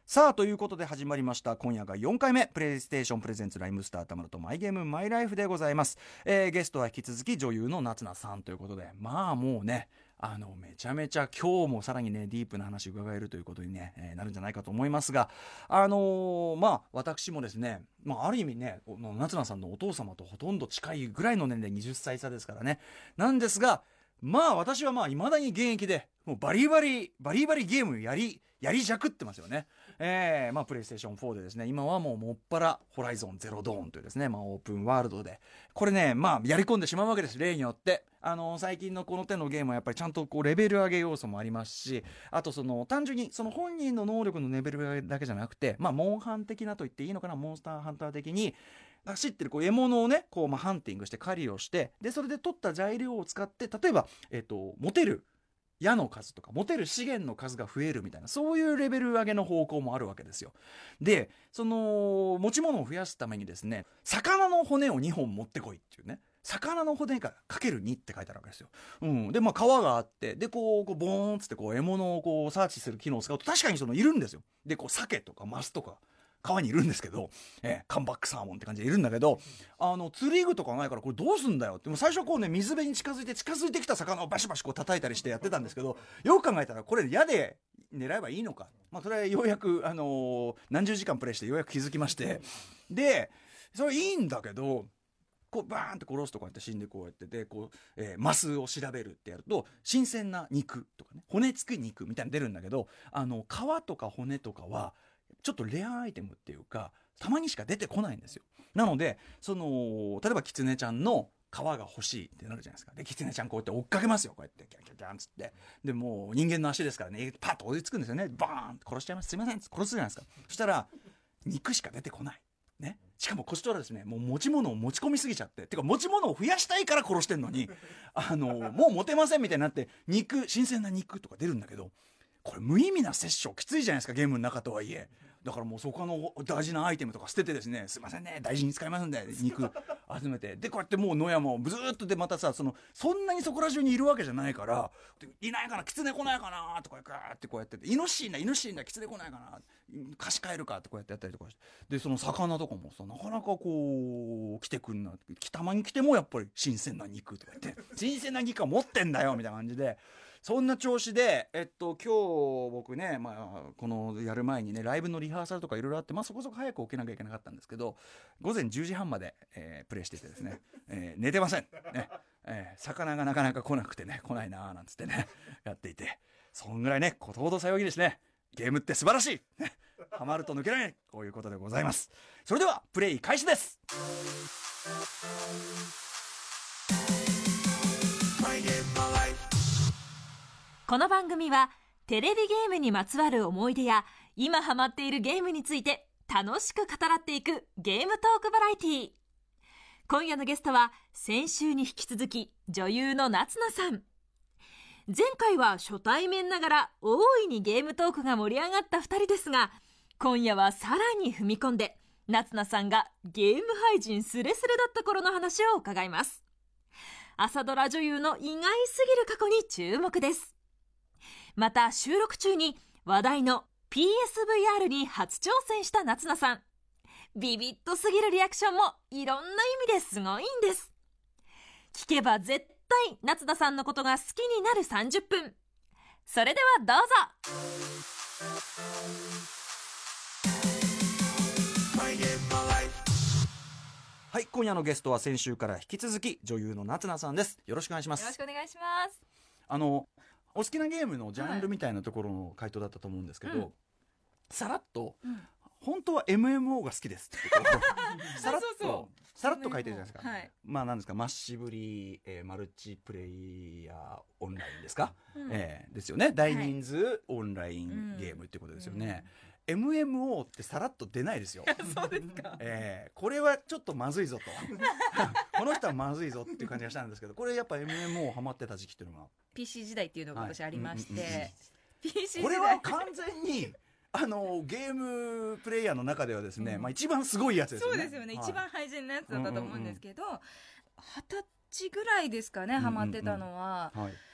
さあということで始まりました今夜が4回目プレイステーションプレゼンツライムスターたまるとマイゲームマイライフでございます。ゲストは引き続き女優の夏菜さんということで、まあもうねめちゃめちゃ今日もさらにねディープな話伺えるということに、ねなるんじゃないかと思いますが、私もですね、ある意味ねこの夏菜さんのお父様とほとんど近いぐらいの年齢、20歳差ですからね。なんですが私は未だに現役でもうバリバリゲームやりじゃくってますよね。プレイステーション4でですね、今はもうもっぱらホライゾンゼロドーンというですね、オープンワールドでこれねやり込んでしまうわけです、例によって。最近のこの手のゲームはやっぱりちゃんとこうレベル上げ要素もありますし、あと単純にその本人の能力のレベル上げだけじゃなくて、モンハン的なと言っていいのかな、モンスターハンター的に走ってる獲物をねハンティングして狩りをして、でそれで取った材料を使って例えば、持てる矢の数とか持てる資源の数が増えるみたいな、そういうレベル上げの方向もあるわけですよ。でその持ち物を増やすためにですね、魚の骨を2本持ってこいっていうね、魚の骨がかける2って書いてあるわけですよ。で川があって、でこうボーンっつって獲物をサーチする機能を使うと確かにいるんですよ。で鮭とかマスとか川にいるんですけど、カンバックサーモンって感じでいるんだけど、釣り具とかないからこれどうすんだよって、もう最初水辺に近づいてきた魚をバシバシ叩いたりしてやってたんですけど、よく考えたらこれ矢で狙えばいいのか、それはようやく、何十時間プレイしてようやく気づきまして、でそれいいんだけど、こうバーンって殺すとこうやって死んでこうやってでマスを調べるってやると新鮮な肉とかね、骨付き肉みたいなの出るんだけど、皮とか骨とかはちょっとレアアイテムっていうかたまにしか出てこないんですよ。なので例えばキツネちゃんの皮が欲しいってなるじゃないですか。でキツネちゃんこうやって追っかけますよ、こうやってキャンキャンキャンつって、でもう人間の足ですからね、パッと追いつくんですよね。バーンって殺しちゃいます、すいませんって殺すじゃないですか。そしたら肉しか出てこないね。しかもこっちとらですね、もう持ち物を持ち込みすぎちゃって、てか持ち物を増やしたいから殺してんのにもう持てませんみたいになって、新鮮な肉とか出るんだけど、これ無意味な殺生きついじゃないですか、ゲームの中とはいえ。だからもうそこの大事なアイテムとか捨ててですね、すいませんね大事に使いますんで肉集めて、でこうやってもう野山をずっとでまたさ、そんなにそこら中にいるわけじゃないから、いないかな、キツネ来ないかなとかガーってこうやってて、イノシシいんだキツネ来ないかな、貸し替えるかってこうやってやったりとかして、でその魚とかもさなかなかこう来てくんな、たまに来てもやっぱり新鮮な肉とか言って新鮮な肉は持ってんだよみたいな感じで、そんな調子で今日僕ね、このやる前にねライブのリハーサルとかいろいろあって、そこそこ早く起きなきゃいけなかったんですけど、午前10時半まで、プレイしててですね、寝てませんね。魚がなかなか来なくてね、来ないなーなんつってねやっていて、そんぐらいねことほどさよぎですね。ゲームって素晴らしい、ね、ハマると抜けない、こういうことでございます。それではプレイ開始です。 この番組はテレビゲームにまつわる思い出や今ハマっているゲームについて楽しく語らっていくゲームトークバラエティー。今夜のゲストは先週に引き続き女優の夏菜さん。前回は初対面ながら大いにゲームトークが盛り上がった2人ですが、今夜はさらに踏み込んで夏菜さんがゲーム廃人スレスレだった頃の話を伺います。朝ドラ女優の意外すぎる過去に注目です。また収録中に話題の PSVR に初挑戦した夏菜さん、ビビッとすぎるリアクションもいろんな意味ですごいんです。聞けば絶対夏菜さんのことが好きになる30分。それではどうぞ。 はい、今夜のゲストは先週から引き続き女優の夏菜さんです。よろしくお願いします。 よろしくお願いします。 お好きなゲームのジャンルみたいなところの回答だったと思うんですけど、さらっと、本当は MMO が好きですってさらっと書いてるじゃないですか。 はい、 なんですか、マッシブリ、マルチプレイヤーオンラインですか、ですよね。大人数オンラインゲームってことですよね。MMO ってさらっと出ないですよ。 そうですか。 これはちょっとまずいぞとこの人はまずいぞっていう感じがしたんですけど、これやっぱ MMO ハマってた時期っていうのが PC 時代っていうのが私ありまして、PC 時代これは完全にゲームプレイヤーの中ではですね、一番すごいやつですよね。 そうですよね、一番廃人のやつだったと思うんですけど、20歳ぐらいですかね、ハマってたのは。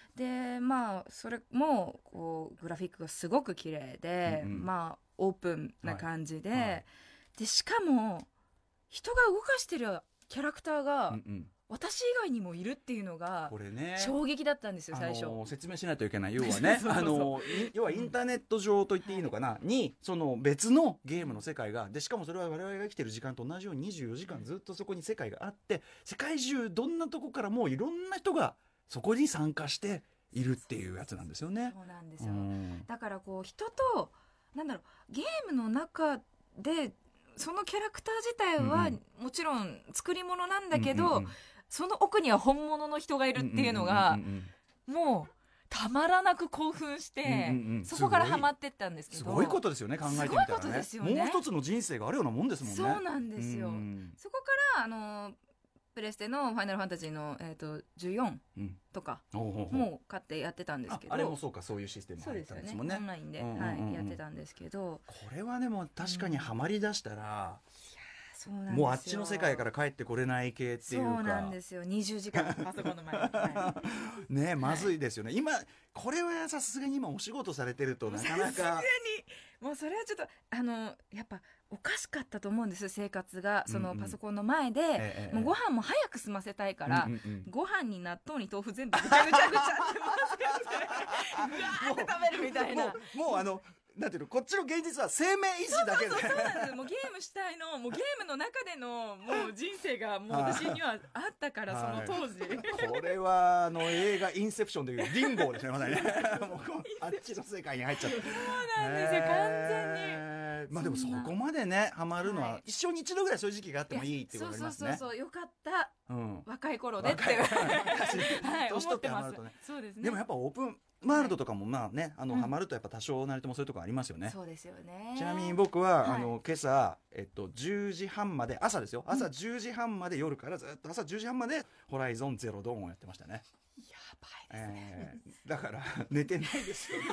でまあそれもこうグラフィックがすごく綺麗で、まあオープンな感じで、でしかも人が動かしてるキャラクターが、私以外にもいるっていうのがこれね衝撃だったんですよ最初。 説明しないといけない。要はね要はインターネット上と言っていいのかな、にその別のゲームの世界がで、しかもそれは我々が生きてる時間と同じように24時間ずっとそこに世界があって、世界中どんなとこからもいろんな人がそこに参加しているっていうやつなんですよね。 そうなんですよ。だからこう人となんだろう、ゲームの中でそのキャラクター自体はもちろん作り物なんだけど、その奥には本物の人がいるっていうのがもうたまらなく興奮して、そこからハマってったんですけど、 すごいことですよね、考えてみたらね。 すごいことですよね。 もう一つの人生があるようなもんですもんね。 そうなんですよ。そこからプレステのファイナルファンタジーの、14とかもう買ってやってたんですけど、 あれもそうか、そういうシステム入ったんですもんね。 オンラインで、やってたんですけど、 これはでも確かにハマりだしたら、 そうなんですよ。 もうあっちの世界から帰ってこれない系っていうか。 そうなんですよ。20時間パソコンの前に、 ね、まずいですよね。今これはさすがに今お仕事されてるとなかなか、さすがにもうそれはちょっとやっぱおかしかったと思うんですよ、生活が。そのパソコンの前で、もうご飯も早く済ませたいから、ご飯に納豆に豆腐全部ぐちゃぐちゃぐちゃって混ぜてぐわーって食べるみたいな。 もうなんていうの、こっちの現実は生命維持だけで。 そうなんです。もうゲームしたいの、もうゲームの中でのもう人生がもう私にはあったから、その当時。 これは映画インセプションでいうリンゴですね、まさにね。もうあっちの世界に入っちゃって。そうなんですよ、完全に。 まあでもそこまでねハマるのは、一生に一度ぐらいそういう時期があってもいいってことになりますね。 そうよかった、若い頃でって思ってます。そうですね。 でもやっぱオープンワールドとかもまあね、ハマるとやっぱ多少なりともそういうとこありますよね。 そうですよね。 ちなみに僕は、今朝、10時半まで、朝ですよ、朝10時半まで、夜からずっと朝10時半までホライゾンゼロドーンをやってましたね。 やばいですね。 だから寝てないですよね。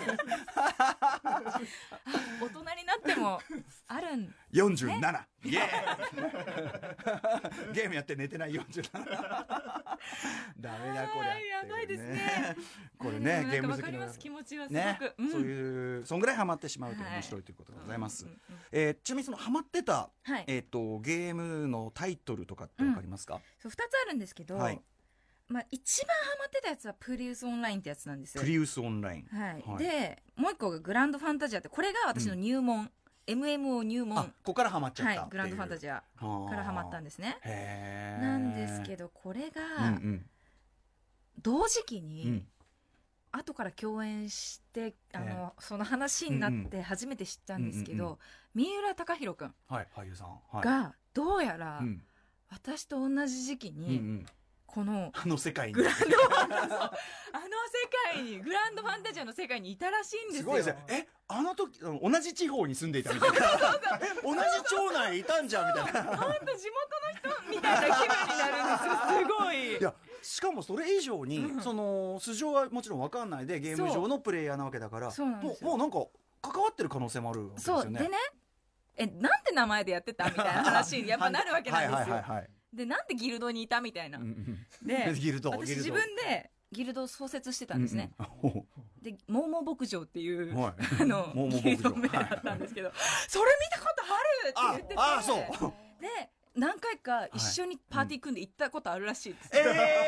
大人になってもあるん 47、ね、イエーイゲームやって寝てない47。ダメだこれ。 やばいですね。 これね、ゲーム好きの気持ちはすごく、ね、 そういうそんぐらいハマってしまうと面白いということでございます。ちなみにそのハマってた、ゲームのタイトルとかってわかりますか？ そう、2つあるんですけど、まあ、一番ハマってたやつはプリウスオンラインってやつなんですよ。 プリウスオンライン、 でもう一個がグランドファンタジアって、これが私の入門、MMO 入門。 ここからハマっちゃった、 グランドファンタジアからハマったんですね。なんですけど、これが同時期に、後から共演してその話になって初めて知ったんですけど、三浦貴大くんがどうやら私と同じ時期にこの世界にグランドファンタジア世界にグランドファンタジアの世界にいたらしいんですよ。 すごいですね。時同じ地方に住んでいたみたいな。同じ町内いたんじゃんみたいな。 本当地元の人みたいな気分になるんですよ。すごい。 いや、しかもそれ以上に、その素性はもちろん分かんないでゲーム上のプレイヤーなわけだから、もうなんか関わってる可能性もあるわけですよね。 そうでね、なんて名前でやってたみたいな話にやっぱなるわけなんですよ。で、なんでギルドにいたみたいな。で、私自分でギルドを創設してたんですね。で、モーモー牧場っていうギルド名だったんですけど、それ見たことあるって言ってて、で、何回か一緒にパーティー組んで行ったことあるらしいです。衝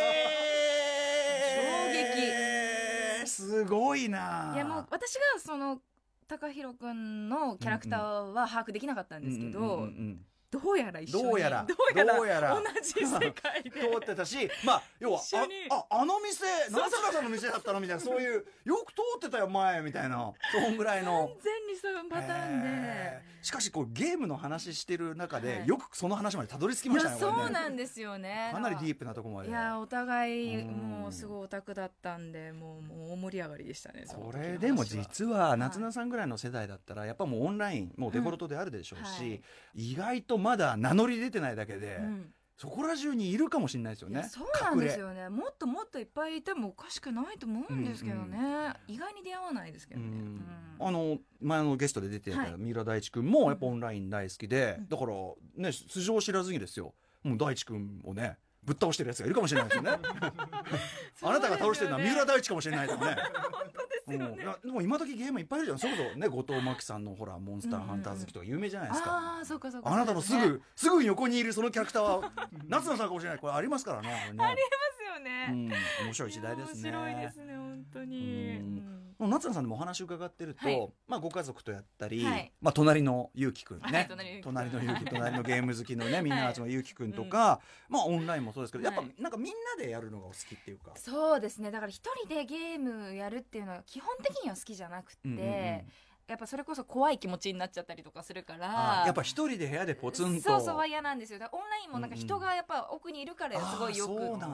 撃。すごいな。 いや、もう私がその貴大くんのキャラクターは把握できなかったんですけど、どうやら一緒にどうやら同じ世界で通ってたし、まあ要はあの店夏菜さんの店だったのみたいな、そういうよく通ってたよ前みたいな、そんぐらいの完全にそういうパターンで。 しかしこうゲームの話してる中でよくその話までたどり着きましたね。 そうなんですよね。 かなりディープなところまで。 いや、お互いもうすごいオタクだったんで、もう大盛り上がりでしたね。 これでも実は夏菜さんぐらいの世代だったらやっぱもうオンラインもうデフォルトであるでしょうし、意外とまだ名乗り出てないだけで、そこら中にいるかもしれないですよね。 そうなんですよね。もっともっといっぱいいてもおかしくないと思うんですけどね。意外に出会わないですけどね。 前のゲストで出てた三浦大知君もやっぱオンライン大好きで、だからね、素性を知らずにですよ、もう大知君をねぶっ倒してるやつがいるかもしれないですよねあなたが倒してるのは三浦大知かもしれないですね本当ですよね。 でも今時ゲームいっぱいあるじゃん。それこそね、後藤真希さんのほらモンスターハンター好きとか有名じゃないですか。 ああ、そうかそうか。 あなたのすぐ横にいるそのキャラクターは夏菜さんかもしれない。これありますからね。 ありますよね。 面白い時代ですね。 面白いですね、本当に。 夏菜さんでもお話伺ってると、 はい、 まあご家族とやったり、 はい、 まあ隣のゆうきくんね、 はい、 隣のゲーム好きのねみんな集まるゆうきくんとか、まあオンラインもそうですけど、やっぱなんかみんなでやるのがお好きっていうか。 そうですね。だから一人でゲームやるっていうのは基本的には好きじゃなくて、やっぱそれこそ怖い気持ちになっちゃったりとかするから、 やっぱ一人で部屋でポツンと、 そうは嫌なんですよ。だからオンラインもなんか人がやっぱ奥にいるからすごいよくって、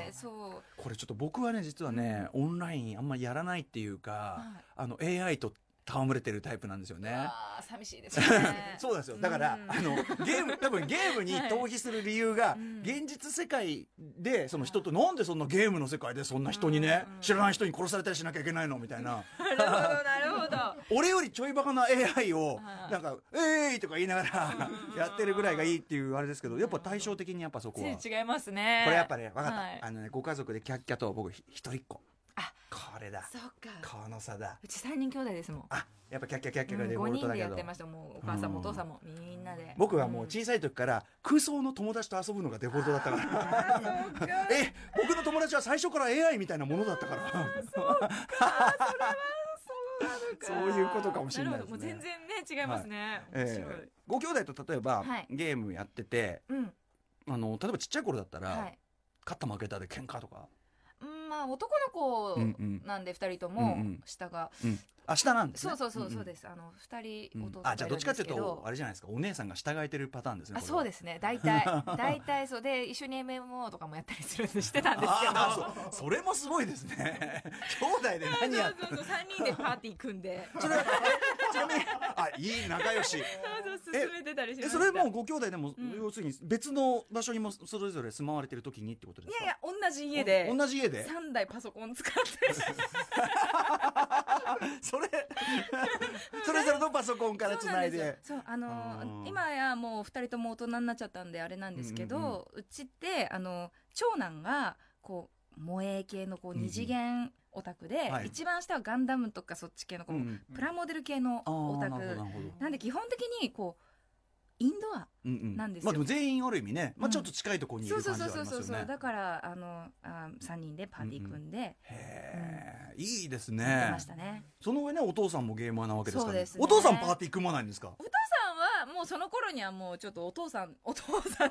これちょっと僕はね実はね、オンラインあんまりやらないっていうか、AI と戯れてるタイプなんですよね。 寂しいですねそうなんですよ。だから、多分ゲームに逃避する理由が、現実世界でその人と、なんでそんなゲームの世界でそんな人にね、知らない人に殺されたりしなきゃいけないのみたいななるほど俺よりちょいバカな AI をなんか「えい!」とか言いながらやってるぐらいがいいっていうあれですけど、やっぱ対照的にやっぱそこは違いますね。 これやっぱね分かった、ご家族でキャッキャと僕一人っ子、これだ、 そうか、 この差だ。 うち3人兄弟ですもん。 やっぱキャッキャがデフォルトだけど、5人でやってました。もうお母さんもお父さんもみんなで。 僕はもう小さい時から空想の友達と遊ぶのがデフォルトだったから僕の友達は最初から AI みたいなものだったからそうか、それはそういうことかもしれないですね。 もう全然ね違いますね。 ご兄弟と例えばゲームやってて、例えばちっちゃい頃だったら勝った負けたで喧嘩とか、 まあ男の子なんで2人とも下が下なんですね。 そうです。2人弟がいるんですけど、 じゃあどっちかっていうとあれじゃないですか、お姉さんが従えてるパターンですね。 そうですね、大体そうで、一緒に MMO とかもやったりするんでしてたんですけどそれもすごいですね兄弟で何やってそう3人でパーティー組んでそれちなみにいい仲良し進めてたりしました。 それもご兄弟でも、要するに別の場所にもそれぞれ住まわれてる時にってことですか？ いや同じ家で3台パソコン使ってそれぞれのパソコンからつないで、 今やもう2人とも大人になっちゃったんであれなんですけど、うちって長男がこう萌え系のこう二次元オタクで、一番下はガンダムとかそっち系のこうプラモデル系のオタクなんで、基本的にこうインドアなんですよ。 でも全員ある意味ね、ちょっと近いところにいる感じがありますよね。 そうだから3人でパーティー組んで、 いいですね。 やってましたね。 その上ね、お父さんもゲーマーなわけですからね。 そうですね。 お父さんパーティー組まないんですか？ お父さんはもうその頃にはもうちょっとお父さんはも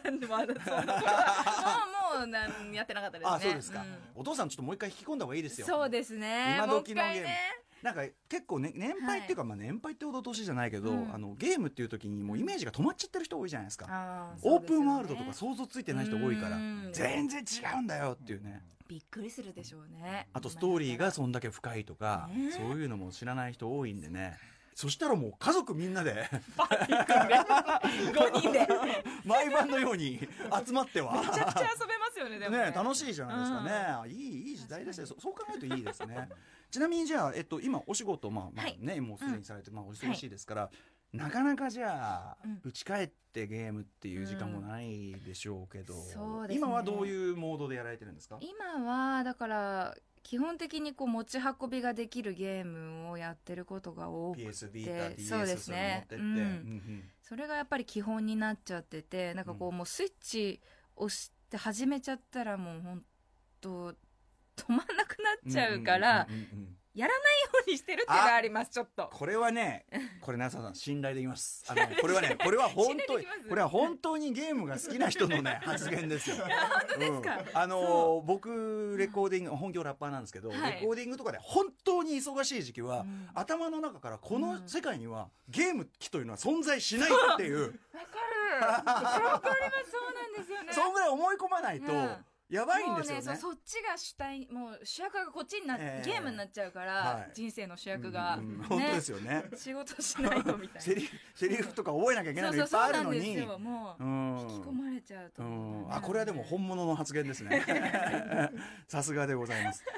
うやってなかったですね。 そうですか。お父さんちょっともう一回引き込んだ方がいいですよ。 そうですね。 今時のゲームなんか結構ね、年配っていうか、年配ってほど年じゃないけど、ゲームっていう時にもうイメージが止まっちゃってる人多いじゃないですか。オープンワールドとか想像ついてない人多いから、全然違うんだよっていうね。 びっくりするでしょうね。 あとストーリーがそんだけ深いとか、そういうのも知らない人多いんでね。そしたらもう家族みんなでパーティー組んで5人で毎晩のように集まってはめちゃくちゃ遊べますよね。でもね、 楽しいじゃないですかね。いい時代ですね。そう考えるといいですね。ちなみにじゃあ、今お仕事ね、もうすでにされて、お忙しいですから、なかなかじゃあ家帰ってゲームっていう時間もないでしょうけど、今はどういうモードでやられてるんですか？今はだから基本的にこう持ち運びができるゲームをやってることが多くて、 PS ビータ DS そうですね、それがやっぱり基本になっちゃってて、なんかこうもうスイッチ押して始めちゃったらもう本当止まんなくなっちゃうから、やらないようにしてるっていうのがあります。ちょっとこれはね、 なさん信頼できます。これは本当にゲームが好きな人のね発言ですよ。 本当ですか？ 僕レコーディング、本業ラッパーなんですけど、レコーディングとかで本当に忙しい時期は、頭の中からこの世界にはゲーム機というのは存在しないっていう、 わかります。そうなんですよね。 そんぐらい思い込まないとやばいんですよね。 もうね、そっちが主体、もう主役がこっちにゲームになっちゃうから、人生の主役が、 本当ですよね。 仕事しないとみたいな。 セリフとか覚えなきゃいけないのいっぱいあるのに、 もう引き込まれちゃうと。 これはでも本物の発言ですね。さすがでございます。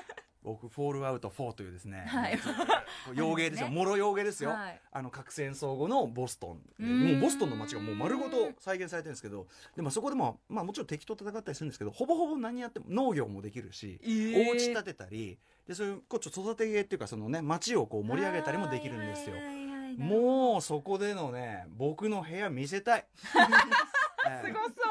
僕フォールアウト4というですね、 はい洋芸ですよ、もろ洋芸ですよ、 はい核戦争後のボストン、もうボストンの街がもう丸ごと再現されてるんですけど、でもそこでも、まあ、もちろん敵と戦ったりするんですけど、ほぼほぼ何やっても農業もできるし、お家建てたりで、そういうこうちょっと育て芸っていうか、そのね街をこう盛り上げたりもできるんですよ。もうそこでのね僕の部屋見せたいすごそう、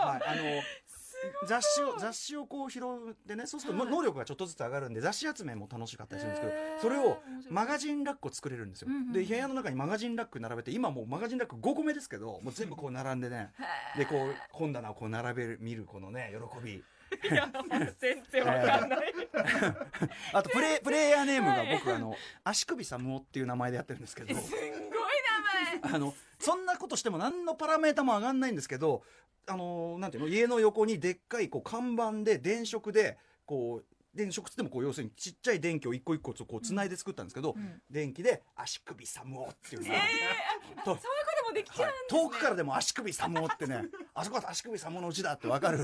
はい、雑誌をこう拾ってね、そうすると能力がちょっとずつ上がるんで、雑誌集めも楽しかったりするんですけど、それをマガジンラックを作れるんですよ。で部屋の中にマガジンラック並べて、今もうマガジンラック5個目ですけど、もう全部こう並んでねでこう本棚をこう並べる見るこのね喜びいや全然わかんない、 あとプレイヤーネームが僕足首サムオっていう名前でやってるんですけど、 すんごい名前そんなことしても何のパラメータも上がんないんですけど、なんていうの、家の横にでっかいこう看板で電飾でこう電飾つってもこう要するにちっちゃい電気を一個一個こうつないで作ったんですけど、電気で足首サムオっていうのが、 そういうこともできちゃうんですね、 遠くからでも足首サムオってねあそこは足首サムオのうちだって分かる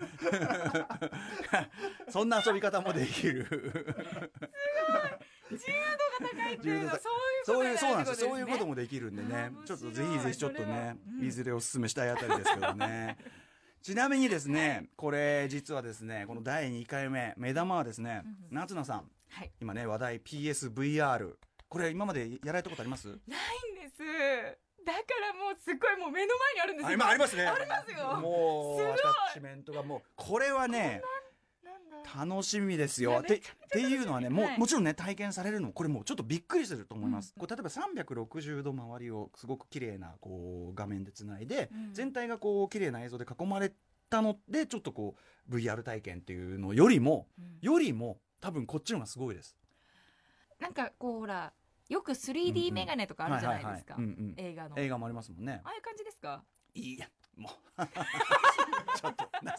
そんな遊び方もできるすごい自由度が高いっていうのはそういうことそうなんですよ、そういうこともできるんでね、ちょっとぜひぜひちょっとね、いずれお勧めしたいあたりですけどねちなみにですね、これ実はですね、この第2回目目玉はですね、夏菜さん、 はい、 今ね話題 PSVR、 これ今までやられたことあります？ ないんです。だからもうすごいもう目の前にあるんですよ。 今ありますね。 ありますよ。 もうすごいアタッチメントがもうこれはね楽しみですよ。っていうのはね、もちろんね体験されるのもこれもうちょっとびっくりすると思います。これ例えば360度周りをすごく綺麗なこう画面でつないで、全体がこう綺麗な映像で囲まれたので、ちょっとこう VR 体験っていうのよりも多分こっちの方がすごいです。 なんかこうほらよく 3D メガネとかあるじゃないですか。映画もありますもんね。 ああいう感じですか？ いやもうちょっとも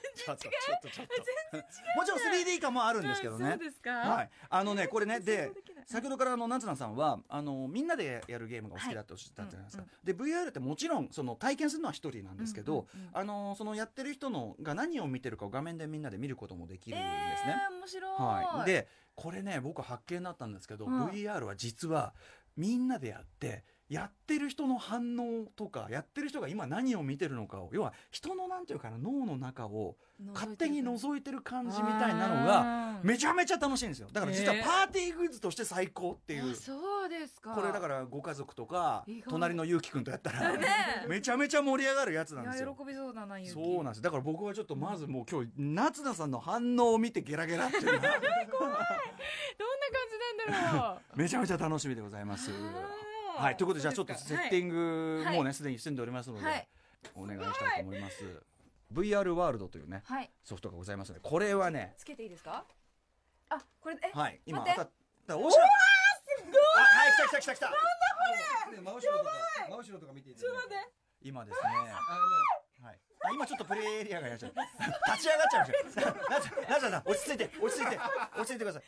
ちろん 3D 感もあるんですけどね。 そうですか。 はい、これねで先ほどから夏菜さんはみんなでやるゲームがお好きだっておっしゃったじゃないですか。で VR ってもちろんその体験するのは一人なんですけど、そのやってる人のが何を見てるかを画面でみんなで見ることもできるんですね。 面白い。 はい、でこれね僕発見になったんですけど、VR は実はみんなでやってやってる人の反応とかやってる人が今何を見てるのかを、要は人のなんていうかな脳の中を勝手に覗いてる感じみたいなのがめちゃめちゃ楽しいんですよ。だから実はパーティーグッズとして最高っていう。 そうですか。 これだからご家族とか隣のゆうきくんとやったらめちゃめちゃ盛り上がるやつなんですよ。 喜びそうだな、ゆうき。 そうなんです。だから僕はちょっとまずもう今日夏菜さんの反応を見てゲラゲラっていうのは怖い。どんな感じなんだろう。 めちゃめちゃ楽しみでございます。はい、ということでじゃあちょっとセッティングもうねすでに済んでおりますので、お願いしたいと思います。VR ワールドというねソフトがございますので、これはねつけていいですか？あ、これはい今待って。 おー、すごい。はい、来た。なんだこれ。真後ろとか見ていて。 今ですね。はい。今ちょっとプレイエリアがやっちゃう。立ち上がっちゃうんですよ。なぜだ。落ち着いてください。 ちょっと想像いってた。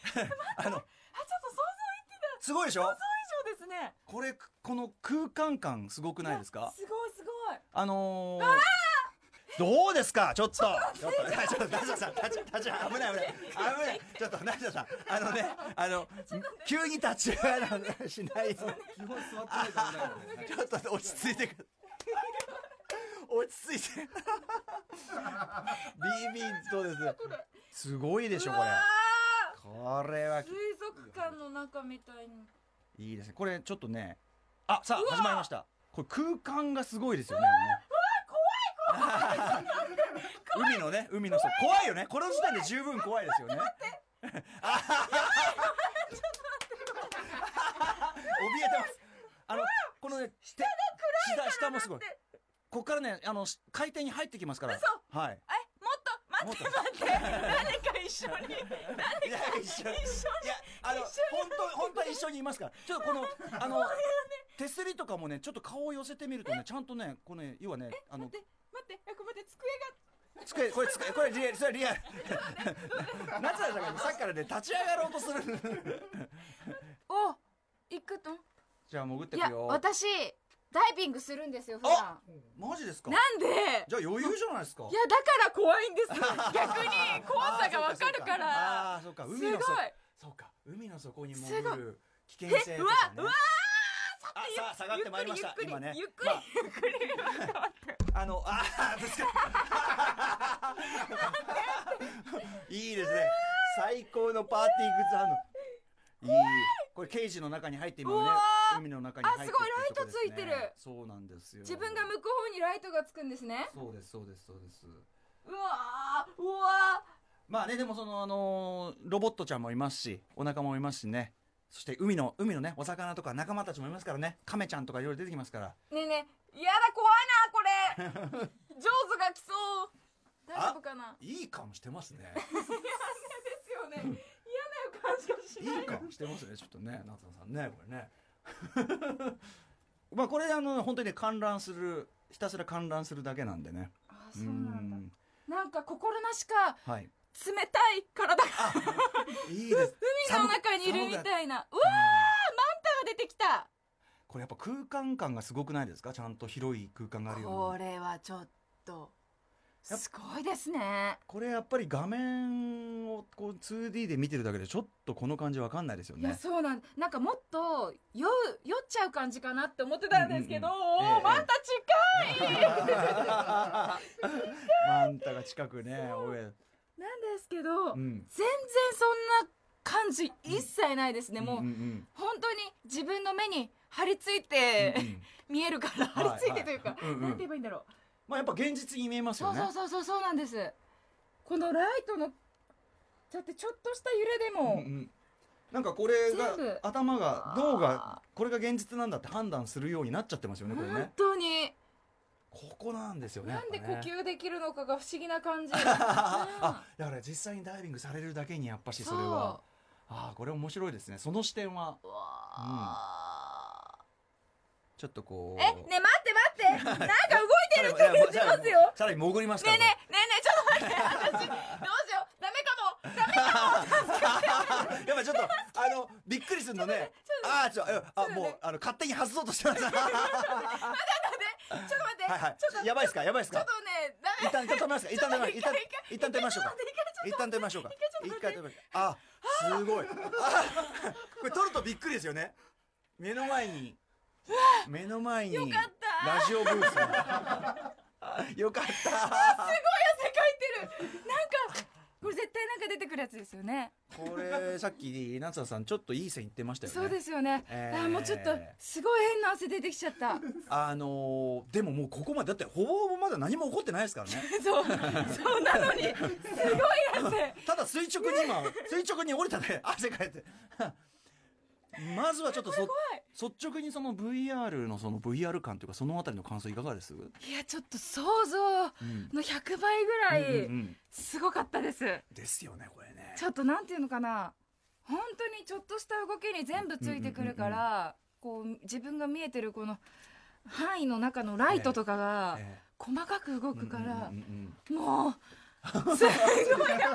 すごいでしょ？ 想像以上ですね。 この空間感すごくないですか？ すごい。 どうですか？ちょっとナジャさん立ち危ないちょっとナジャさん急に立ち上がらしない基本座ってないと危ない。 ちょっと落ち着いてビビッとです。すごいでしょこれは水族館の中みたいにいいですね。これちょっとねさあ始まりました。これ空間がすごいですよね。海の人怖いよね。この時点で十分怖いですよね。怯えてます。このね下もすごい。ここからね海底に入ってきますから。はい。 もっと待って誰か一緒にいや本当は一緒にいますから。ちょっとこの手すりとかもねちょっと顔を寄せてみるとねちゃんとねこのね要はね待って机これリアル夏菜さんがさっきからね立ち上がろうとする行くとじゃあ潜ってくよ。 いや私ダイビングするんですよ普段。 マジですか？ なんでじゃあ余裕じゃないですか。 いやだから怖いんですよ。逆に怖さがわかるから。 そうか。 そうか、海の底にすごい潜る危険性とかね。 うわさあ下がってまいりました今ね。 ゆっくりゆっくりぶつかいいですね。最高のパーティーグッズ反応。いい。これケージの中に入って今ね、海の中に入ってすごいライトついてる。 そうなんですよ。 自分が向く方にライトがつくんですね。 そうですそうです。 うわまあね、でもそのロボットちゃんもいますし、お腹もいますしね。そして海のねお魚とか仲間たちもいますからね。カメちゃんとかいろいろ出てきますから。 ねえねえ、やだ、怖いなこれ。ジョーズが来そう。大丈夫かな。 いい感してますね。 嫌ですよね。嫌な感じがしない。 いい感してますね、ちょっとね、夏野さんね、これね。まあこれ本当にね、ひたすら観覧するだけなんでね。 そうなんだ。なんか心なしか、 はい、 冷たい体がいいです。 海の中にいるみたいな。うわー、マンタが出てきた。 これやっぱ空間感がすごくないですか。ちゃんと広い空間があるように。 これはちょっとすごいですね。 これやっぱり画面をこう 2D で見てるだけでちょっとこの感じわかんないですよね。 いや、そうなんかもっと酔っちゃう感じかなって思ってたんですけど、マンタ近いマンタが近くね、 なんですけど、全然そんな感じ一切ないですね。もう、本当に自分の目に張り付いて、見えるから、張り付いてというか、なんて言えばいいんだろう。 まあやっぱ現実に見えますよね。 そうなんです。このライトのだってちょっとした揺れでも、 なんかこれが脳がこれが現実なんだって判断するようになっちゃってますよね、これね。 本当にここなんですよね。 なんで呼吸できるのかが不思議な感じ。 だから実際にダイビングされるだけにやっぱしそれはこれ面白いですね、その視点は。ちょっとこうね待ってなんか動いてる人が出ますよ。 さらに潜りますから。 ねちょっと待って、私どうしよう、ダメかもやっぱちょっとびっくりするのね。もう勝手に外そうとしてます。 ちょっと待って、 やばいっすか。ちょっとね、 一旦止めますか。一旦止めましょうか。一旦止めましょうか。一回止めすごい。これ撮るとびっくりですよね。目の前によかったラジオブースよかった。すごい汗かいてる。なんかこれ絶対なんか出てくるやつですよね。 これさっき夏田さんちょっといい線言ってましたよね。 そうですよね。もうちょっとすごい変な汗出てきちゃった。 でももうここまでだってほぼまだ何も起こってないですからね。 そうなのにすごい汗。 ただ垂直に降りたで汗かいて。まずはちょっと率直にその VR 感というかそのあたりの感想いかがです？ いやちょっと想像の100倍ぐらいすごかったです。 ですよねこれね。 ちょっとなんていうのかな、本当にちょっとした動きに全部ついてくるから、こう自分が見えてるこの範囲の中のライトとかが細かく動くから、もうすごい汗出ちゃい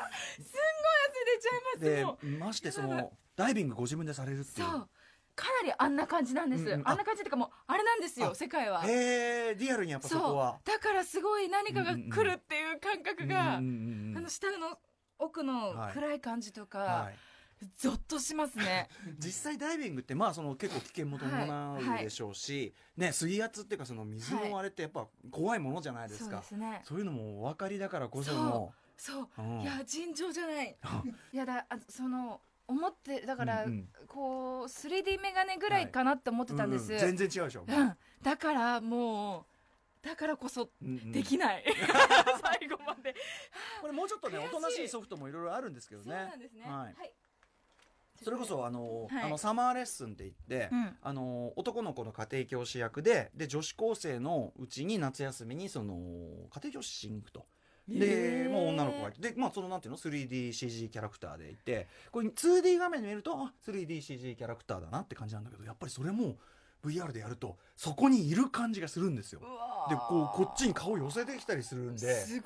ます。 でましてそのダイビングご自分でされるっていう。 そうかなりあんな感じなんです。あんな感じっていうかもうあれなんですよ、世界は。 リアルにやっぱそこは。 だからすごい何かが来るっていう感覚が、下の奥の暗い感じとか、ゾッとしますね。 実際ダイビングってその結構危険も伴うでしょうし、水圧っていうかその水のあれってやっぱ怖いものじゃないですか。そういうのもお分かりだからこその。 いや尋常じゃない。いやその思ってだからこう 3D メガネぐらいかなって思ってたんです。 全然違うでしょ。 だからこそできない。最後まで。 これもうちょっとねおとなしいソフトもいろいろあるんですけどね。 そうなんですね。 それこそサマーレッスンって言って男の子の家庭教師役で女子高生のうちに夏休みにその家庭教師しに行くと。でもう女の子がいて、でそのなんていうの 3DCG キャラクターでいて、これ 2D 画面で見ると3DCG キャラクターだなって感じなんだけど、やっぱりそれも VR でやるとそこにいる感じがするんですよ。でこっちに顔寄せてきたりするんで、 すご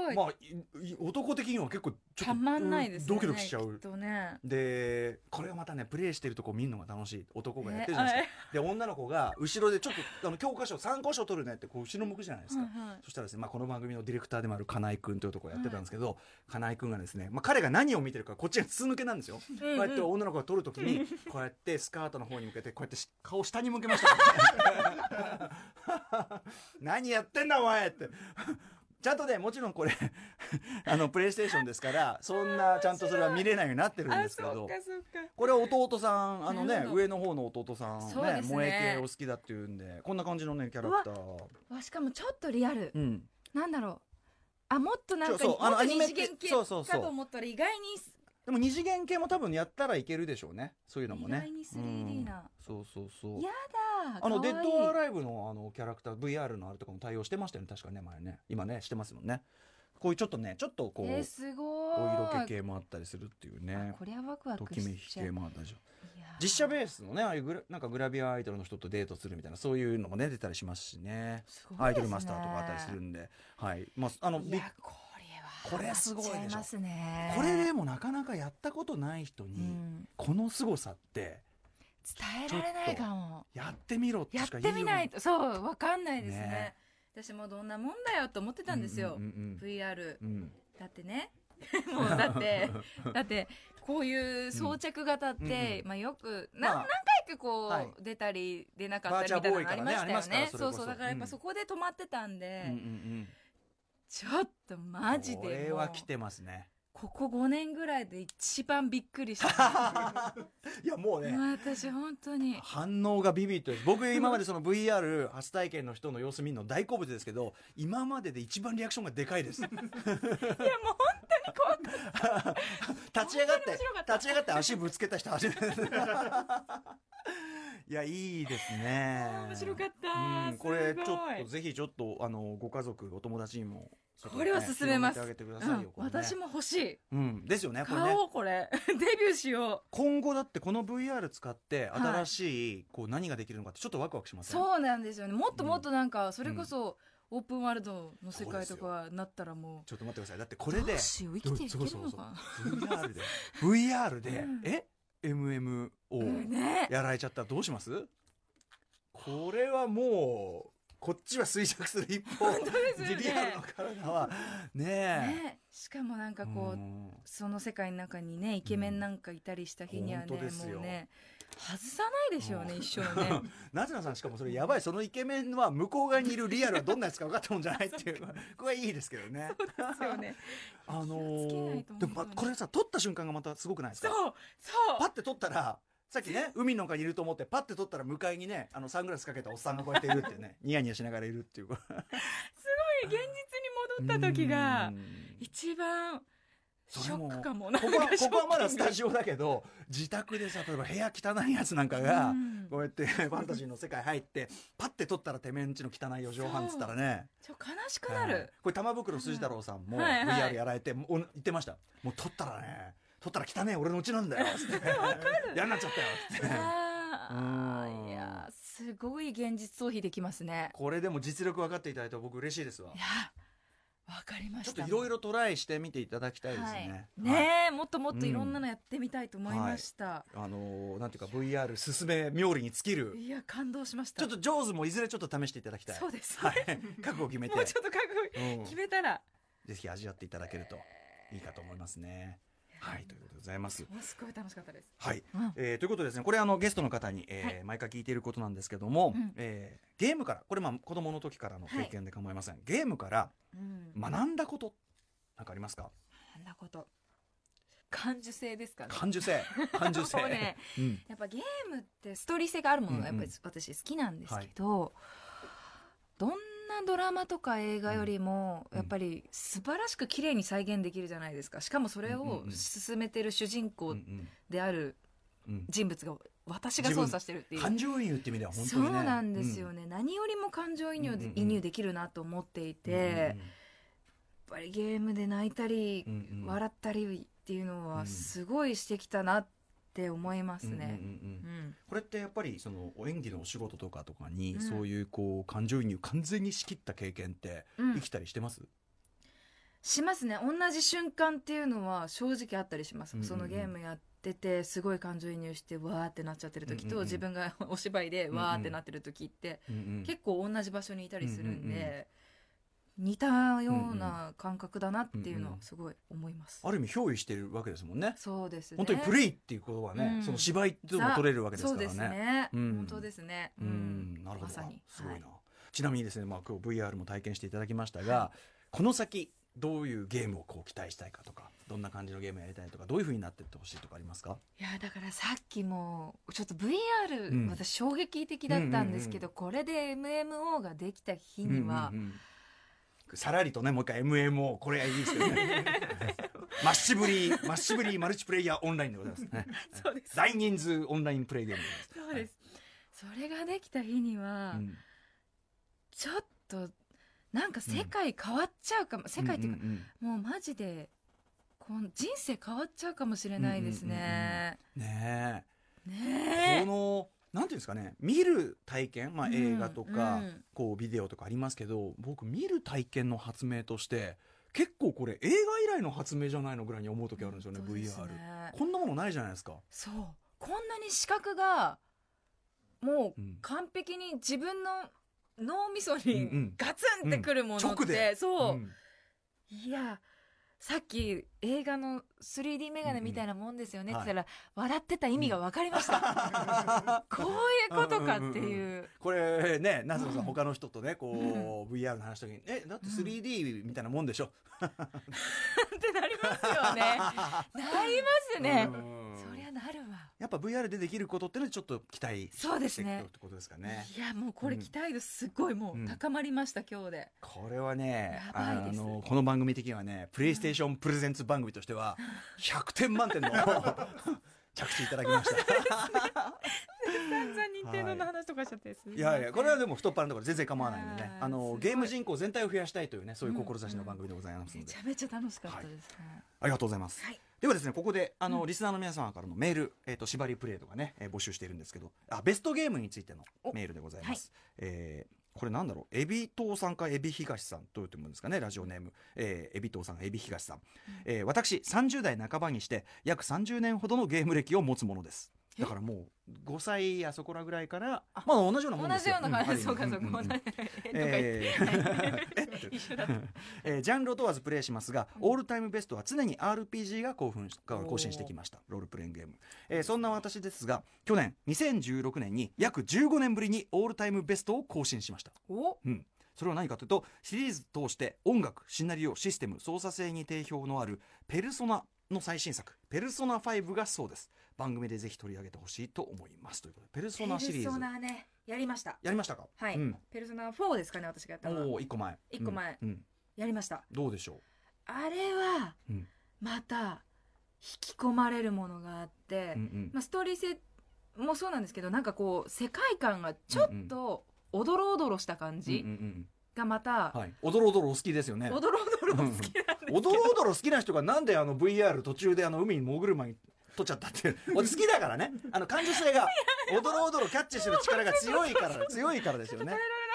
ごい、 まあ男的には結構ちょっとたまんないですね、 ドキドキしちゃう、 きっとね。 でこれがまたねプレイしてるとこ見るのが楽しい。男がやってるじゃないですか、で女の子が後ろでちょっと教科書参考書取るねってこう後ろ向くじゃないですか、そしたらですね、この番組のディレクターでもある金井くんというところやってたんですけど、金井くんがですね、彼が何を見てるかこっちが筒抜けなんですよ、こうやって女の子が撮るときにこうやってスカートの方に向けてこうやって顔下に向けました何やってんだお前ってちゃんとね、もちろんこれプレイステーションですからそんなちゃんとそれは見れないようになってるんですけど、これは弟さん上の方の弟さんね、萌え系お好きだっていうんでこんな感じのねキャラクター、 しかもちょっとリアル、なんだろう、もっとなんかそうもっと二次元系かと思ったら意外にでも二次元系も多分やったらいけるでしょうね、そういうのもね。 意外に 3D な、 そうやだデッドアライブのキャラクター VR のあれとかも対応してましたよね、確かね、前ね。今ねしてますもんね。こういうちょっとこう、 すごいお色気系もあったりするっていうね。 これはワクワクしちゃう。 ときめき系もあったでしょ。実写ベースのね、ああいうなんかグラビアアイドルの人とデートするみたいなそういうのもね出たりしますしね。アイドルマスターとかあったりするんで、はい。これすごいでしょ。これでもなかなかやったことない人に、この凄さって伝えられないかも。 やってみろってしか言いようがない。やってみないとそう分かんないですね。私もどんなもんだよと思ってたんですよ、VR、だってねもうだってこういう装着型って、よく何回かこう、出たり出なかったりみたいなのありましたよね。そうだからやっぱそこで止まってたんで、ちょっとマジでもうこれは来てますね。 ここ5年ぐらいで一番びっくりしたいやもうね、 私本当に反応がビビッとです。僕今までその VR 初体験の人の様子見るの大好物ですけど、今までで一番リアクションがでかいです。いやもう本当に怖かった立ち上がって足ぶつけた人初めていやいいですね。 面白かった、 これちょっとぜひちょっとご家族お友達にもこれは勧めます。 私も欲しい。 ですよね。 買おうこれ。デビューしよう。 今後だってこの VR 使って新しいこう何ができるのかってちょっとワクワクしますね。 そうなんですよね。もっともっとなんかそれこそオープンワールドの世界とかなったらもう。 ちょっと待ってください。だってこれで生きていけるのか。 VR でMM をやられちゃったらどうします？これはもう。こっちは衰弱する一方、リアルの体はねえ、 しかもなんかこうその世界の中にねイケメンなんかいたりした日にはね、もうね外さないでしょうね、一生ね。 夏菜さんしかもそれやばい、そのイケメンは向こう側にいるリアルはどんなやつか分かったもんじゃないっていうこれはいいですけどね。 そうですよね。 でもこれさ撮った瞬間がまたすごくないですか？ そうパッて撮ったらさっきね海の中にいると思ってパッて撮ったら向かいにねサングラスかけたおっさんがこうやっているってねニヤニヤしながらいるっていうすごい現実に戻った時が一番ショックかも。ここはまだスタジオだけど自宅でさ例えば部屋汚いやつなんかがこうやってファンタジーの世界入ってパッて撮ったらてめえんちの汚い4畳半っつったらね悲しくなる。 これ玉袋筋太郎さんも VR やられて言ってました。もう撮ったらね撮ったら汚ねえ俺のうちなんだよって嫌になっちゃったよっていやすごい現実逃避できますね。 これでも実力分かっていただいて僕嬉しいですわ。 いや分かりました。 ちょっといろいろトライしてみていただきたいですね。もっともっといろんなのやってみたいと思いました。 なんていうか VR 進め冥利に尽きる。 いや感動しました。 ちょっと上手もいずれちょっと試していただきたい。 そうです覚悟決めてもうちょっと覚悟決めたらぜひ味わっていただけるといいかと思いますね。はい、ということでございます。 すごい楽しかったです。 はい、ということでですね、これゲストの方に、毎回聞いていることなんですけども、ゲームからこれ子供の時からの経験で構いません。ゲームから学んだことなんかありますか？ 学んだこと感受性ですかね。 感受性ね、やっぱゲームってストーリー性があるものがやっぱり私好きなんですけど、どんなドラマとか映画よりもやっぱり素晴らしく綺麗に再現できるじゃないですか。しかもそれを進めてる主人公である人物が私が操作してるっていう感情移入って意味では本当にね。 そうなんですよね、何よりも感情移入できるなと思っていて、やっぱりゲームで泣いたり笑ったりっていうのはすごいしてきたなって思いますね。 これってやっぱりその演技のお仕事とかにそういうこう感情移入完全にしきった経験って生きたりしてます？ しますね。同じ瞬間っていうのは正直あったりします、そのゲームやっててすごい感情移入してわーってなっちゃってる時と、自分がお芝居でわーってなってる時って、結構同じ場所にいたりするんで、似たような感覚だなっていうのはすごい思います、 ある意味憑依してるわけですもんね。 そうですね。 本当にプレイっていうことはね、その芝居っていうのも取れるわけですからね。 そうですね、本当ですね。 なるほど、 まさにすごいな。ちなみにですね、今日 VR も体験していただきましたが、この先どういうゲームをこう期待したいかとか、どんな感じのゲームやりたいとか、どういう風になっていってほしいとかありますか？ いやだからさっきもちょっと VR、私衝撃的だったんですけど、これで MMO ができた日には、 さらりとね、もう一回 MMO、これはいいですけどねマッシブリーマルチプレイヤーオンラインでございますねそうです。 大人数オンラインプレイゲームでございます。 そうです、それができた日には、ちょっとなんか世界変わっちゃうかも、世界っていうか、もうマジでこの人生変わっちゃうかもしれないですね。 ねえ、このなんていうんですかね、見る体験、映画とか、こうビデオとかありますけど、僕見る体験の発明として結構これ映画以来の発明じゃないのぐらいに思う時あるんですよね。 VR こんなものないじゃないですか。 そう、こんなに視覚がもう完璧に自分の脳みそにガツンってくるものって、そう、いやさっき映画の 3D メガネみたいなもんですよねって言ったら、笑ってた意味が分かりました、こういうことかっていう、 これね、夏野さん他の人とねこう VR の話した時にだって 3D みたいなもんでしょってなりますよねなりますね、そりゃなるわ。 やっぱ VR でできることってのはちょっと期待していくってことですかね。 いやもうこれ期待度すごいもう高まりました、今日で。 これはね、 やばいです。 この番組的にはね、プレイステーションプレゼンツ番組としては100点満点の着地いただきました散々任天堂の話とかしちゃって、 いやいや、これはでも太っ腹のところ全然構わないんでね、ゲーム人口全体を増やしたいというね、そういう志の番組でございますので、 めちゃめちゃ楽しかったですね、 ありがとうございます、ではですね、ここでリスナーの皆様からのメール、縛りプレイとかね、募集しているんですけど、ベストゲームについてのメールでございます。これなんだろう、エビトウさんかエビ東さんというと思うんですかね、ラジオネーム、エビトウさんエビ東さん、私30代半ばにして約30年ほどのゲーム歴を持つものです。だからもう5歳あそこらぐらいから、同じようなもんですよ。 同じような感じ、そうかそうか、 ジャンルを問わずプレイしますが、オールタイムベストは常に RPG が更新してきました。ロールプレイングゲーム、そんな私ですが、去年2016年に約15年ぶりにオールタイムベストを更新しました。それは何かというと、シリーズ通して音楽、シナリオ、システム、操作性に定評のあるペルソナの最新作ペルソナ5がそうです。番組でぜひ取り上げてほしいと思いますということで、ペルソナシリーズ、 ペルソナね、やりました。 やりましたか？ はい、ペルソナ4ですかね、私がやったのは。 1個前、 やりました。 どうでしょう？ あれはまた引き込まれるものがあって、ストーリー性もそうなんですけど、なんかこう世界観がちょっとおどろおどろした感じがまた、 おどろおどろお好きですよね。 おどろおどろ好きなんですけど、 おどろおどろ好きな人がなんでVR 途中で海に潜る前に撮っちゃったって俺好きだからね、感受性がおどろおどろキャッチする力が強いからですよね。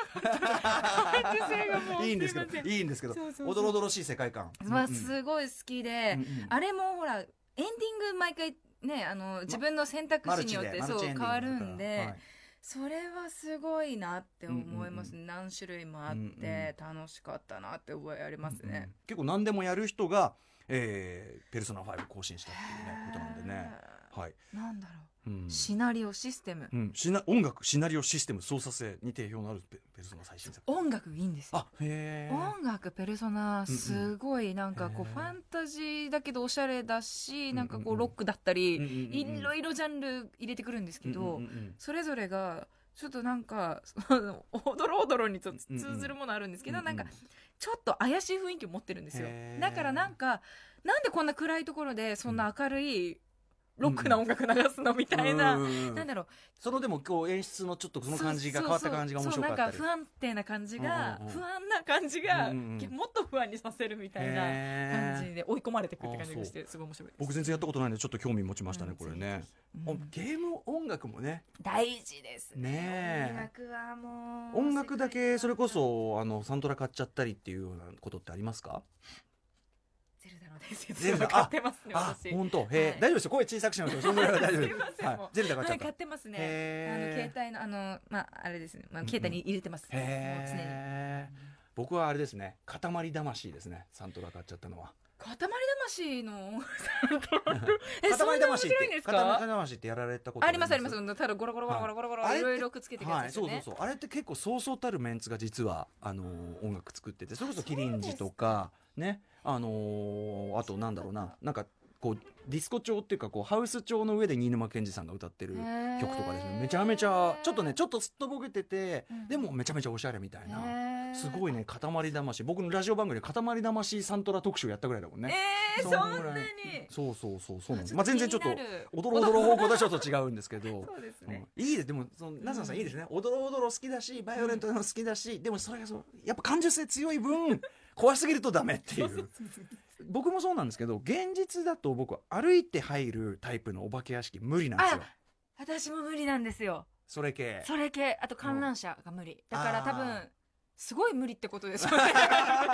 いいんですけどおどろおどろしい世界観すごい好きで、あれもほらエンディング毎回ね、自分の選択肢によってそう変わるんで、それはすごいなって思います。何種類もあって楽しかったなって覚えありますね。 結構何でもやる人がペルソナ5更新したっていうねことなんでね、 なんだろう、シナリオシステム、 音楽、シナリオシステム、操作性に定評のあるペルソナ最新作。 音楽いいんですよ。音楽ペルソナすごいなんかこうファンタジーだけどおしゃれだし、なんかこうロックだったりいろいろジャンル入れてくるんですけど、それぞれがちょっとなんかおどろおどろに通ずるものあるんですけど、なんかちょっと怪しい雰囲気を持ってるんですよ。だからなんでこんな暗いところでそんな明るいロックな音楽流すのみたいな、なんだろう、 そのでもこう演出のちょっとその感じが変わった感じが面白かったり、 なんか不安定な感じが、不安な感じがもっと不安にさせるみたいな感じで追い込まれてくって感じがして、すごい面白いです。 僕全然やったことないんでちょっと興味持ちましたね、これね。ゲーム音楽もね大事ですね。音楽はもう音楽だけそれこそサントラ買っちゃったりっていうようなことってありますか？ ダの伝説を買ってますね、私。 本当、大丈夫ですよ、声小さくしなくてもそのぐらいは大丈夫です。ゼルダ買っちゃった。 買ってますね。携帯のあれですね、携帯に入れてます。もう常に。 僕はあれですね、塊魂ですね、サントラ買っちゃったのは。 塊魂の塊魂って塊魂ってやられたことありますあります。ただゴロゴロゴロゴロゴロゴロいろいろくっつけてるやつですよね。 そうあれって結構そうそうたるメンツが実は音楽作ってて、それこそキリンジとかね、あとなんだろうな、なんかこうディスコ調っていうかこうハウス調の上で新沼謙治さんが歌ってる曲とかですね、めちゃめちゃちょっとすっとぼけてて、でもめちゃめちゃおしゃれみたいな、すごいね、塊魂。僕のラジオ番組で塊魂サントラ特集やったぐらいだもんね。 そんなに。 そうなんです。全然ちょっとおどろおどろ方向とはちょっと違うんですけどそうですね、 いいです。でも夏菜さんいいですね、おどろおどろ好きだしバイオレントでも好きだし、でもそれがやっぱ感受性強い分怖すぎるとダメっていう僕もそうなんですけど、現実だと僕は歩いて入るタイプのお化け屋敷無理なんですよ。 私も無理なんですよ。 それ系、 あと観覧車が無理だから多分すごい無理ってことですよね。ねえ、ダメ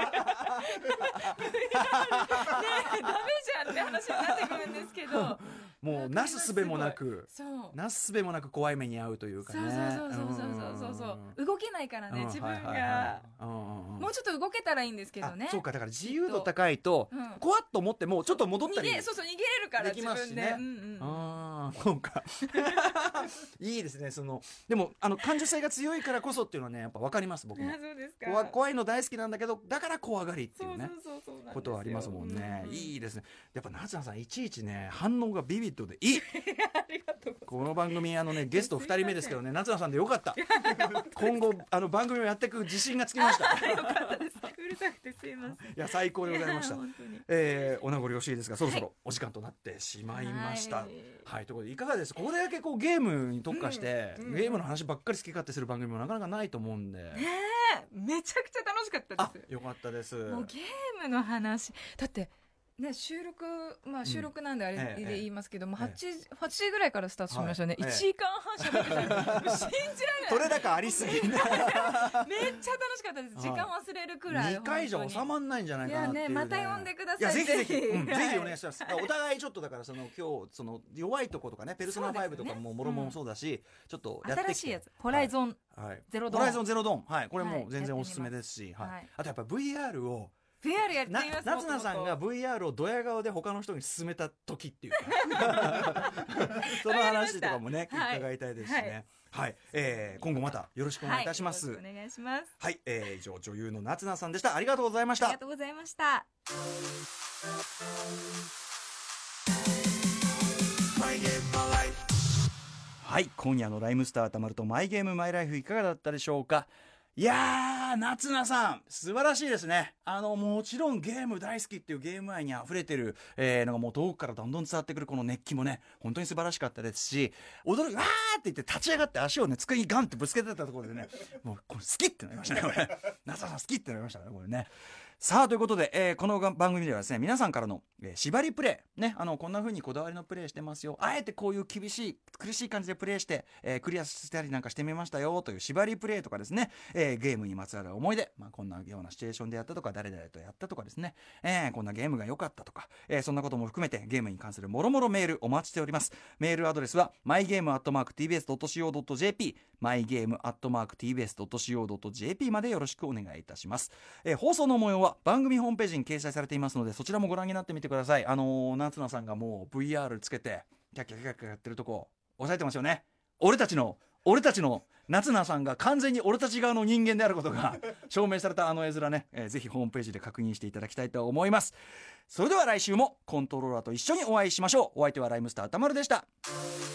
じゃんって話になってくるんですけどもうなすすべもなく怖い目に遭うというかね。 そう動けないからね、自分がもうちょっと動けたらいいんですけどね。 そうか、だから自由度高いと怖っと思ってもちょっと戻ったり逃げれるから自分で。 そうかいいですね。でも感受性が強いからこそっていうのはね、やっぱ分かります。僕もそうですか。 怖いの大好きなんだけど、だから怖がりっていうねことはありますもんね。いいですね。やっぱ夏菜さんいちいちね反応がビビッドでいい。 ありがとう。 この番組ゲスト2人目ですけどね、夏菜さんでよかった。今後番組をやっていく自信がつきました。 よかったです。うるさくてすいません。 いや最高でございました。お名残惜しいですが、そろそろお時間となってしまいました。はい、ということでいかがです？ここだけこうゲームに特化して、ゲームの話ばっかり好き勝手する番組もなかなかないと思うんで。 めちゃくちゃ楽しかったです。 よかったです。 もうゲームの話だってね、収録なんであれで言いますけども、8時ぐらいからスタートしましたね。1時間半しゃべってた。信じられない。 取れ高ありすぎ。めっちゃ楽しかったです。時間忘れるくらい。 2回じゃ収まんないんじゃないかなっていうね。 また呼んでください。 ぜひぜひお願いします。お互いちょっとだから今日弱いとことかね、ペルソナ5とかももろもろそうだし、ちょっとやってきて新しいやつ、ホライゾンゼロドン。 ホライゾンゼロドン。はい、これも全然おすすめですし、あとやっぱ VR を VR やってみます。 夏菜さんが VR をドヤ顔で他の人に勧めた時っていうかその話とかもね伺いたいですしね。はい、今後またよろしくお願いいたします。 お願いします。 はい、以上女優の夏菜さんでした。ありがとうございました。 ありがとうございました。 はい、今夜のライムスターたまるとマイゲームマイライフいかがだったでしょうか。いやー、夏菜さん素晴らしいですね。もちろんゲーム大好きっていうゲーム愛にあふれてるのがもう遠くからどんどん伝わってくるこの熱気もね本当に素晴らしかったですし、驚きわーって言って立ち上がって足をね机にガンってぶつけてたところでね、もうこれ好きってなりましたね。これ夏菜さん好きってなりましたね、これね。さあということで、この番組ではですね皆さんからの、縛りプレイね、こんな風にこだわりのプレイしてますよ、あえてこういう厳しい苦しい感じでプレイして、クリアしたりなんかしてみましたよという縛りプレイとかですね、ゲームにまつわる思い出、こんなようなシチュエーションでやったとか誰々とやったとかですね、こんなゲームが良かったとか、そんなことも含めてゲームに関するもろもろメールお待ちしております。メールアドレスは mygame@tbs.co.jp mygame@tbs.co.jp までよろしくお願いいたします。放送の模様は番組ホームページに掲載されていますのでそちらもご覧になってみてください。夏菜さんがもう VR つけてキャッキャキャッキャやってるとこ押さえてますよね。俺たちの夏菜さんが完全に俺たち側の人間であることが証明された絵面ね、ぜひホームページで確認していただきたいと思います。それでは来週もコントローラーと一緒にお会いしましょう。お相手はライムスター歌丸でした。